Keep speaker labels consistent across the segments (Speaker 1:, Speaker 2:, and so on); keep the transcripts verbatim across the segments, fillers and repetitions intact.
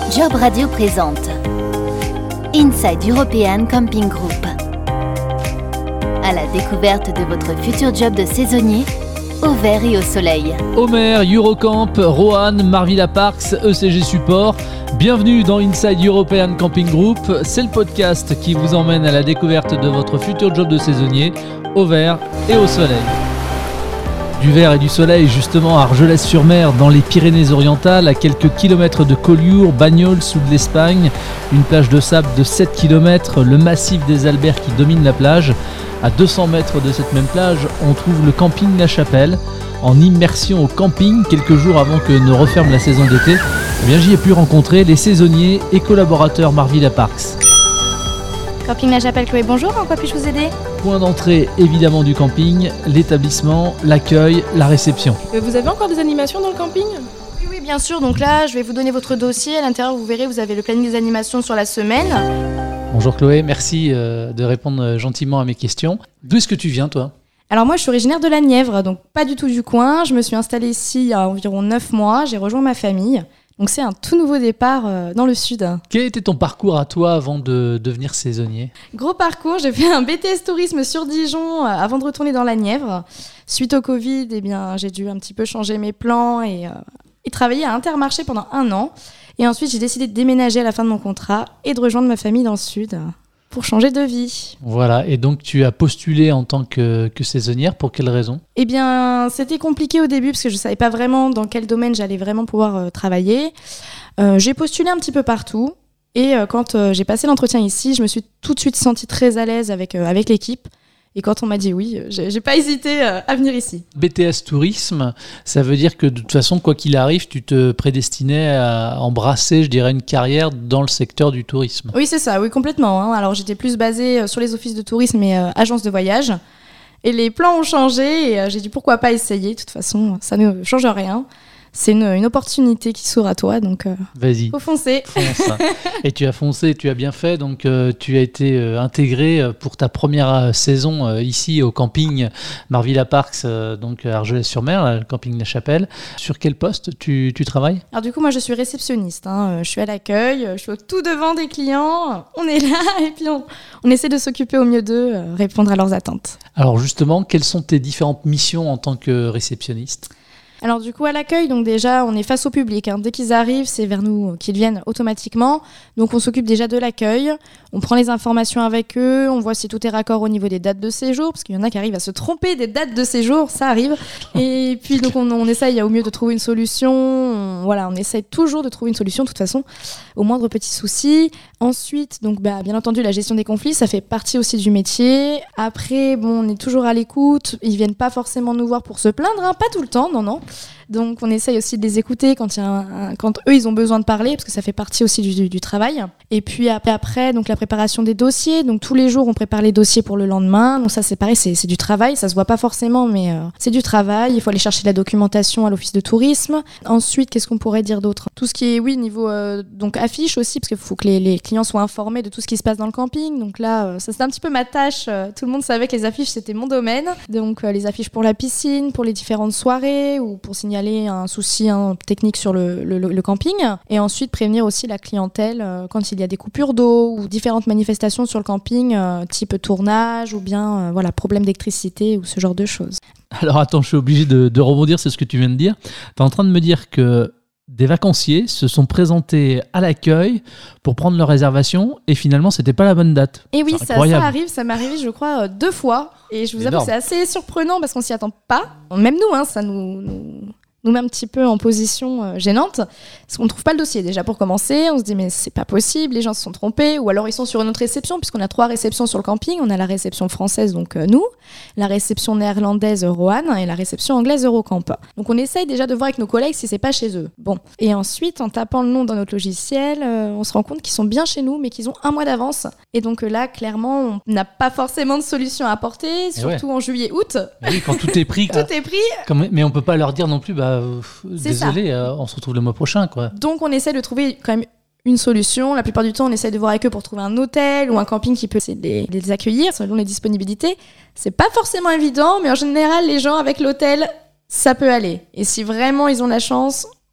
Speaker 1: Job Radio présente Inside European Camping Group. À la découverte de votre futur job de saisonnier, au vert et au soleil.
Speaker 2: Omer, Eurocamp, Roanne, Marvilla Parks, E C G Support. Bienvenue dans Inside European Camping Group. C'est le podcast qui vous emmène à la découverte de votre futur job de saisonnier, au vert et au soleil. Du vert et du soleil justement à Argelès-sur-Mer dans les Pyrénées-Orientales, à quelques kilomètres de Collioure, Bagnols ou de l'Espagne, une plage de sable de sept kilomètres, le massif des Alberts qui domine la plage. À deux cents mètres de cette même plage, on trouve le camping La Chapelle. En immersion au camping, quelques jours avant que ne referme la saison d'été, eh bien, j'y ai pu rencontrer les saisonniers et collaborateurs Marvilla Parks.
Speaker 3: Camping La Chapelle, Chloé, bonjour, en quoi puis-je vous aider ?
Speaker 2: Point d'entrée évidemment du camping, l'établissement, l'accueil, la réception.
Speaker 4: Vous avez encore des animations dans le camping ?
Speaker 3: Oui, oui, bien sûr. Donc là, je vais vous donner votre dossier. À l'intérieur, vous verrez, vous avez le planning des animations sur la semaine.
Speaker 2: Bonjour Chloé, merci euh, de répondre gentiment à mes questions. D'où est-ce que tu viens toi ?
Speaker 3: Alors moi, je suis originaire de la Nièvre, donc pas du tout du coin. Je me suis installée ici il y a environ neuf mois. J'ai rejoint ma famille. Donc c'est un tout nouveau départ euh, dans le sud.
Speaker 2: Quel était ton parcours à toi avant de devenir saisonnier ?
Speaker 3: Gros parcours, j'ai fait un B T S tourisme sur Dijon euh, avant de retourner dans la Nièvre. Suite au Covid, eh bien, j'ai dû un petit peu changer mes plans et, euh, et travailler à Intermarché pendant un an. Et ensuite, j'ai décidé de déménager à la fin de mon contrat et de rejoindre ma famille dans le sud pour changer de vie.
Speaker 2: Voilà, et donc tu as postulé en tant que, que saisonnière, pour quelle raison ?
Speaker 3: Eh bien, c'était compliqué au début parce que je ne savais pas vraiment dans quel domaine j'allais vraiment pouvoir euh, travailler. Euh, j'ai postulé un petit peu partout et euh, quand euh, j'ai passé l'entretien ici, je me suis tout de suite sentie très à l'aise avec, euh, avec l'équipe. Et quand on m'a dit oui, j'ai, j'ai pas hésité euh, à venir ici.
Speaker 2: B T S tourisme, ça veut dire que de toute façon, quoi qu'il arrive, tu te prédestinais à embrasser, je dirais, une carrière dans le secteur du tourisme.
Speaker 3: Oui, c'est ça, oui, complètement. Hein. Alors j'étais plus basée sur les offices de tourisme et euh, agences de voyage. Et les plans ont changé et euh, j'ai dit pourquoi pas essayer. De toute façon, ça ne change rien. C'est une, une opportunité qui s'ouvre à toi, donc euh,
Speaker 2: vas-y.
Speaker 3: Faut foncer.
Speaker 2: Fonce. Et tu as foncé, tu as bien fait, donc euh, tu as été euh, intégré pour ta première euh, saison euh, ici au camping Marvilla Parks, euh, donc à Argelès-sur-Mer, le camping La Chapelle. Sur quel poste tu, tu travailles ?
Speaker 3: Alors du coup, moi je suis réceptionniste, hein. Je suis à l'accueil, je suis au tout devant des clients, on est là et puis on, on essaie de s'occuper au mieux d'eux, euh, répondre à leurs attentes.
Speaker 2: Alors justement, quelles sont tes différentes missions en tant que réceptionniste ?
Speaker 3: Alors du coup à l'accueil, donc déjà on est face au public, hein. Dès qu'ils arrivent c'est vers nous qu'ils viennent automatiquement, donc on s'occupe déjà de l'accueil, on prend les informations avec eux, on voit si tout est raccord au niveau des dates de séjour, parce qu'il y en a qui arrivent à se tromper des dates de séjour, ça arrive, et puis donc on, on essaye au mieux de trouver une solution, on, voilà, on essaye toujours de trouver une solution de toute façon, au moindre petit souci. Ensuite, donc bah, bien entendu la gestion des conflits, ça fait partie aussi du métier. Après, bon, on est toujours à l'écoute, ils viennent pas forcément nous voir pour se plaindre, hein, pas tout le temps, non, non. Donc on essaye aussi de les écouter quand, il y a un, un, quand eux ils ont besoin de parler, parce que ça fait partie aussi du, du, du travail. Et puis après, après donc la préparation des dossiers, donc tous les jours on prépare les dossiers pour le lendemain, donc ça c'est pareil, c'est, c'est du travail, ça se voit pas forcément mais euh, c'est du travail, il faut aller chercher la documentation à l'office de tourisme. Ensuite qu'est-ce qu'on pourrait dire d'autre ? Tout ce qui est oui niveau euh, donc affiche aussi, parce qu'il faut que les, les clients soient informés de tout ce qui se passe dans le camping, donc là euh, ça c'est un petit peu ma tâche, euh, tout le monde savait que les affiches c'était mon domaine, donc euh, les affiches pour la piscine, pour les différentes soirées ou pour signaler un souci hein, technique sur le, le, le camping, et ensuite prévenir aussi la clientèle euh, quand il y a des coupures d'eau ou différentes manifestations sur le camping, euh, type tournage ou bien euh, voilà, problème d'électricité ou ce genre de choses.
Speaker 2: Alors attends, je suis obligé de, de rebondir sur ce que tu viens de dire. Tu es en train de me dire que des vacanciers se sont présentés à l'accueil pour prendre leur réservation et finalement c'était pas la bonne date.
Speaker 3: Et oui, ça, ça arrive, ça m'est arrivé je crois euh, deux fois et je vous avoue que c'est assez surprenant parce qu'on s'y attend pas. Même nous, hein, ça nous... nous... nous met un petit peu en position euh, gênante, parce qu'on ne trouve pas le dossier déjà pour commencer, on se dit mais c'est pas possible, les gens se sont trompés, ou alors ils sont sur une autre réception, puisqu'on a trois réceptions sur le camping, on a la réception française, donc euh, nous, la réception néerlandaise Roanne et la réception anglaise Eurocamp. Donc on essaye déjà de voir avec nos collègues si c'est pas chez eux. Bon, et ensuite en tapant le nom dans notre logiciel, euh, on se rend compte qu'ils sont bien chez nous, mais qu'ils ont un mois d'avance, et donc euh, là clairement on n'a pas forcément de solution à apporter, surtout ouais. en juillet-août.
Speaker 2: Oui, quand tout est pris.
Speaker 3: tout est pris.
Speaker 2: Comme, mais on peut pas leur dire non plus, bah euh, désolé, euh, on se retrouve le mois prochain, quoi.
Speaker 3: Donc on essaie de trouver quand même une solution. La plupart du temps, on essaie de voir avec eux pour trouver un hôtel ou un camping qui peut les, les accueillir selon les disponibilités. C'est pas forcément évident, mais en général, les gens avec l'hôtel, ça peut aller. Et si vraiment ils ont la chance,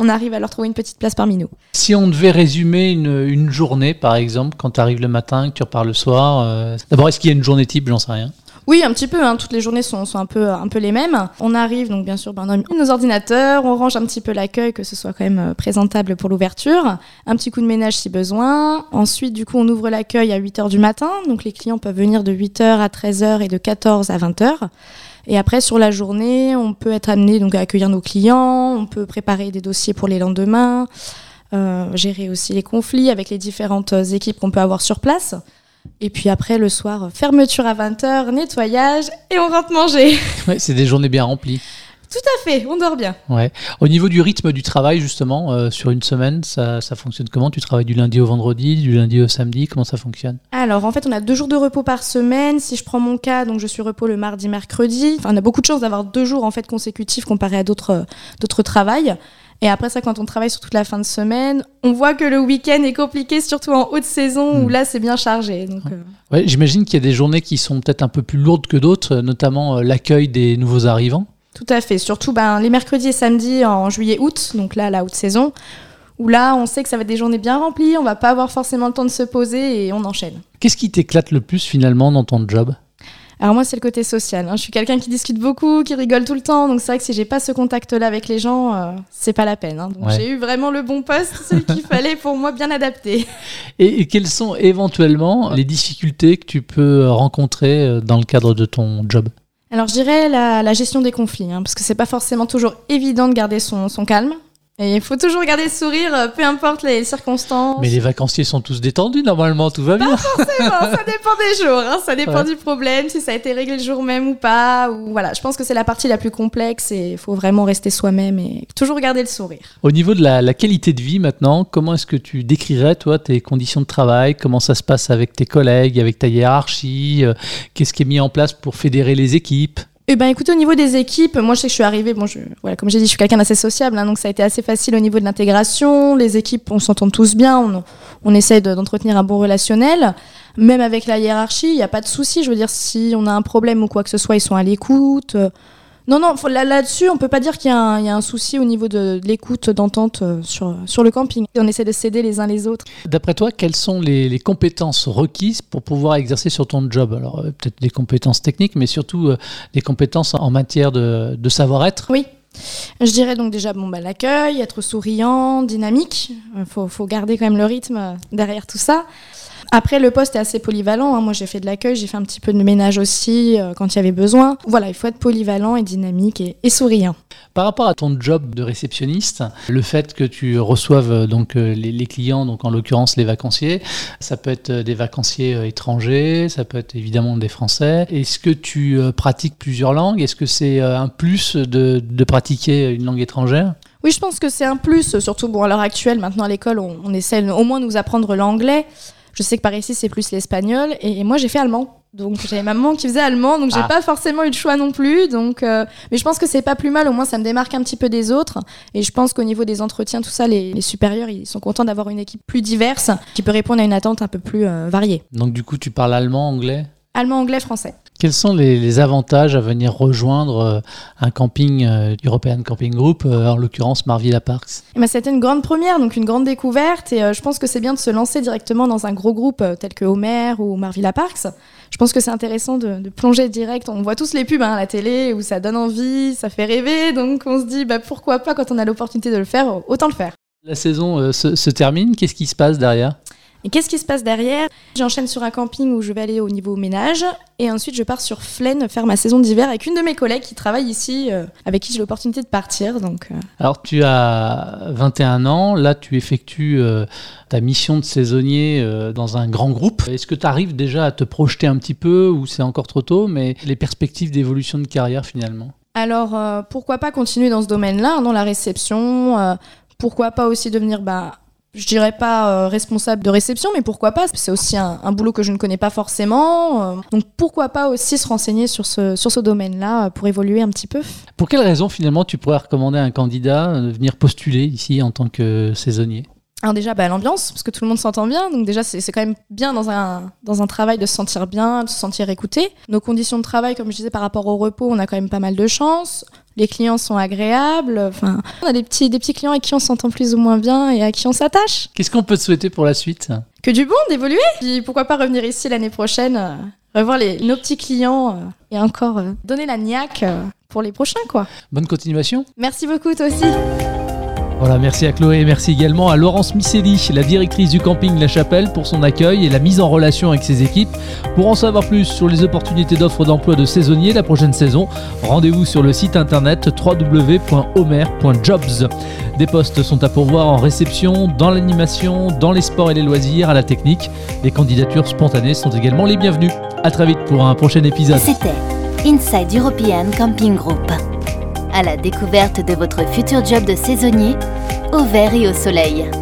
Speaker 3: on arrive à leur trouver une petite place parmi nous.
Speaker 2: Si on devait résumer une, une journée, par exemple, quand tu arrives le matin, que tu repars le soir, euh... d'abord, est-ce qu'il y a une journée type? J'en sais rien.
Speaker 3: Oui, un petit peu, hein. Toutes les journées sont, sont un, peu, un peu les mêmes. On arrive, donc bien sûr, ben, on a nos ordinateurs, on range un petit peu l'accueil, que ce soit quand même présentable pour l'ouverture, un petit coup de ménage si besoin. Ensuite, du coup, on ouvre l'accueil à huit heures du matin, donc les clients peuvent venir de huit heures à treize heures et de quatorze à vingt heures. Et après, sur la journée, on peut être amené donc, à accueillir nos clients, on peut préparer des dossiers pour les lendemains, euh, gérer aussi les conflits avec les différentes équipes qu'on peut avoir sur place. Et puis après, le soir, fermeture à vingt heures, nettoyage et on rentre manger.
Speaker 2: Ouais, c'est des journées bien remplies.
Speaker 3: Tout à fait, on dort bien.
Speaker 2: Ouais. Au niveau du rythme du travail, justement, euh, sur une semaine, ça, ça fonctionne comment? Tu travailles du lundi au vendredi, du lundi au samedi? Comment ça fonctionne?
Speaker 3: Alors, en fait, on a deux jours de repos par semaine. Si je prends mon cas, donc je suis repos le mardi, mercredi. Enfin, on a beaucoup de chance d'avoir deux jours en fait, consécutifs comparé à d'autres, d'autres travails. Et après ça, quand on travaille sur toute la fin de semaine, on voit que le week-end est compliqué, surtout en haute saison, mmh. où là, c'est bien chargé. Donc,
Speaker 2: ouais.
Speaker 3: Euh...
Speaker 2: Ouais, j'imagine qu'il y a des journées qui sont peut-être un peu plus lourdes que d'autres, notamment euh, l'accueil des nouveaux arrivants.
Speaker 3: Tout à fait. Surtout ben, les mercredis et samedis en juillet-août, donc là, la haute saison, où là, on sait que ça va être des journées bien remplies, on va pas avoir forcément le temps de se poser et on enchaîne.
Speaker 2: Qu'est-ce qui t'éclate le plus finalement dans ton job ?
Speaker 3: Alors moi, c'est le côté social. Hein. Je suis quelqu'un qui discute beaucoup, qui rigole tout le temps. Donc c'est vrai que si j'ai pas ce contact-là avec les gens, euh, c'est pas la peine. Hein. Donc ouais. J'ai eu vraiment le bon poste, celui qu'il fallait pour moi, bien adapté.
Speaker 2: Et, et quelles sont éventuellement les difficultés que tu peux rencontrer dans le cadre de ton job ?
Speaker 3: Alors je dirais la, la gestion des conflits, hein, parce que c'est pas forcément toujours évident de garder son, son calme. Et il faut toujours garder le sourire, peu importe les circonstances.
Speaker 2: Mais les vacanciers sont tous détendus, normalement, tout va bien.
Speaker 3: Pas forcément, ça dépend des jours, hein, ça dépend ouais. du problème, si ça a été réglé le jour même ou pas. Ou voilà, je pense que c'est la partie la plus complexe et il faut vraiment rester soi-même et toujours garder le sourire.
Speaker 2: Au niveau de la, la qualité de vie maintenant, comment est-ce que tu décrirais, toi, tes conditions de travail? Comment ça se passe avec tes collègues, avec ta hiérarchie? Qu'est-ce qui est mis en place pour fédérer les équipes?
Speaker 3: Eh ben, écoutez, au niveau des équipes, moi je sais que je suis arrivée, bon, je, voilà, comme j'ai dit, je suis quelqu'un d'assez sociable, hein, donc ça a été assez facile au niveau de l'intégration. Les équipes, on s'entend tous bien, on, on essaie de, d'entretenir un bon relationnel. Même avec la hiérarchie, il n'y a pas de souci. Je veux dire, si on a un problème ou quoi que ce soit, ils sont à l'écoute. Non, non, faut, là, là-dessus, on ne peut pas dire qu'il y a, un, il y a un souci au niveau de, de l'écoute, d'entente euh, sur, sur le camping. On essaie de s'aider les uns les autres.
Speaker 2: D'après toi, quelles sont les, les compétences requises pour pouvoir exercer sur ton job? Alors, euh, peut-être des compétences techniques, mais surtout euh, des compétences en matière de, de savoir-être.
Speaker 3: Oui. Je dirais donc déjà bon, bah, l'accueil, être souriant, dynamique. Il faut, faut garder quand même le rythme derrière tout ça. Après, le poste est assez polyvalent. Hein. Moi, j'ai fait de l'accueil, j'ai fait un petit peu de ménage aussi euh, quand il y avait besoin. Voilà, il faut être polyvalent et dynamique et, et souriant.
Speaker 2: Par rapport à ton job de réceptionniste, le fait que tu reçoives donc, les, les clients, donc en l'occurrence les vacanciers, ça peut être des vacanciers étrangers, ça peut être évidemment des Français. Est-ce que tu pratiques plusieurs langues? Est-ce que c'est un plus de, de pratiquer une langue étrangère?
Speaker 3: Oui, je pense que c'est un plus, surtout bon, à l'heure actuelle, maintenant à l'école, on, on essaie au moins de nous apprendre l'anglais. Je sais que par ici, c'est plus l'espagnol. Et moi, j'ai fait allemand. Donc, j'avais ma maman qui faisait allemand. Donc, j'ai ah. pas forcément eu le choix non plus. Donc, euh, mais je pense que c'est pas plus mal. Au moins, ça me démarque un petit peu des autres. Et je pense qu'au niveau des entretiens, tout ça, les, les supérieurs, ils sont contents d'avoir une équipe plus diverse qui peut répondre à une attente un peu plus euh, variée.
Speaker 2: Donc, du coup, tu parles allemand, anglais ?
Speaker 3: Allemand, anglais, français.
Speaker 2: Quels sont les, les avantages à venir rejoindre euh, un camping euh, European Camping Group, euh, en l'occurrence Marvilla Parks?
Speaker 3: Et ben, c'était une grande première, donc une grande découverte. Et euh, je pense que c'est bien de se lancer directement dans un gros groupe euh, tel que Homer ou Marvilla Parks. Je pense que c'est intéressant de, de plonger direct. On voit tous les pubs hein, à la télé où ça donne envie, ça fait rêver. Donc on se dit bah, pourquoi pas, quand on a l'opportunité de le faire, autant le faire.
Speaker 2: La saison euh, se, se termine. Qu'est-ce qui se passe derrière ?
Speaker 3: Et qu'est-ce qui se passe derrière ? J'enchaîne sur un camping où je vais aller au niveau ménage et ensuite je pars sur Flaine faire ma saison d'hiver avec une de mes collègues qui travaille ici, euh, avec qui j'ai l'opportunité de partir. Donc, euh...
Speaker 2: Alors tu as vingt et un ans, là tu effectues euh, ta mission de saisonnier euh, dans un grand groupe. Est-ce que tu arrives déjà à te projeter un petit peu ou c'est encore trop tôt, mais les perspectives d'évolution de carrière finalement ?
Speaker 3: Alors euh, pourquoi pas continuer dans ce domaine-là, hein, dans la réception, euh, pourquoi pas aussi devenir... Bah, je dirais pas euh, responsable de réception, mais pourquoi pas ? C'est aussi un, un boulot que je ne connais pas forcément. Euh, donc pourquoi pas aussi se renseigner sur ce, sur ce domaine-là euh, pour évoluer un petit peu.
Speaker 2: Pour quelle raison finalement tu pourrais recommander à un candidat de venir postuler ici en tant que saisonnier ?
Speaker 3: Alors déjà, bah, l'ambiance, parce que tout le monde s'entend bien. Donc déjà, c'est, c'est quand même bien dans un, dans un travail de se sentir bien, de se sentir écouté. Nos conditions de travail, comme je disais, par rapport au repos, on a quand même pas mal de chance. Les clients sont agréables. Enfin, on a des petits, des petits clients avec qui on s'entend plus ou moins bien et à qui on s'attache.
Speaker 2: Qu'est-ce qu'on peut te souhaiter pour la suite ?
Speaker 3: Que du bon, d'évoluer. Puis pourquoi pas revenir ici l'année prochaine, euh, revoir les, nos petits clients euh, et encore euh, donner la niaque euh, pour les prochains, quoi.
Speaker 2: Bonne continuation.
Speaker 3: Merci beaucoup, toi aussi.
Speaker 2: Voilà, merci à Chloé et merci également à Laurence Misselli, la directrice du camping La Chapelle, pour son accueil et la mise en relation avec ses équipes. Pour en savoir plus sur les opportunités d'offres d'emploi de saisonniers la prochaine saison, rendez-vous sur le site internet w w w point omer point jobs. Des postes sont à pourvoir en réception, dans l'animation, dans les sports et les loisirs, à la technique. Les candidatures spontanées sont également les bienvenues. À très vite pour un prochain épisode.
Speaker 1: C'était Inside European Camping Group. À la découverte de votre futur job de saisonnier, au vert et au soleil.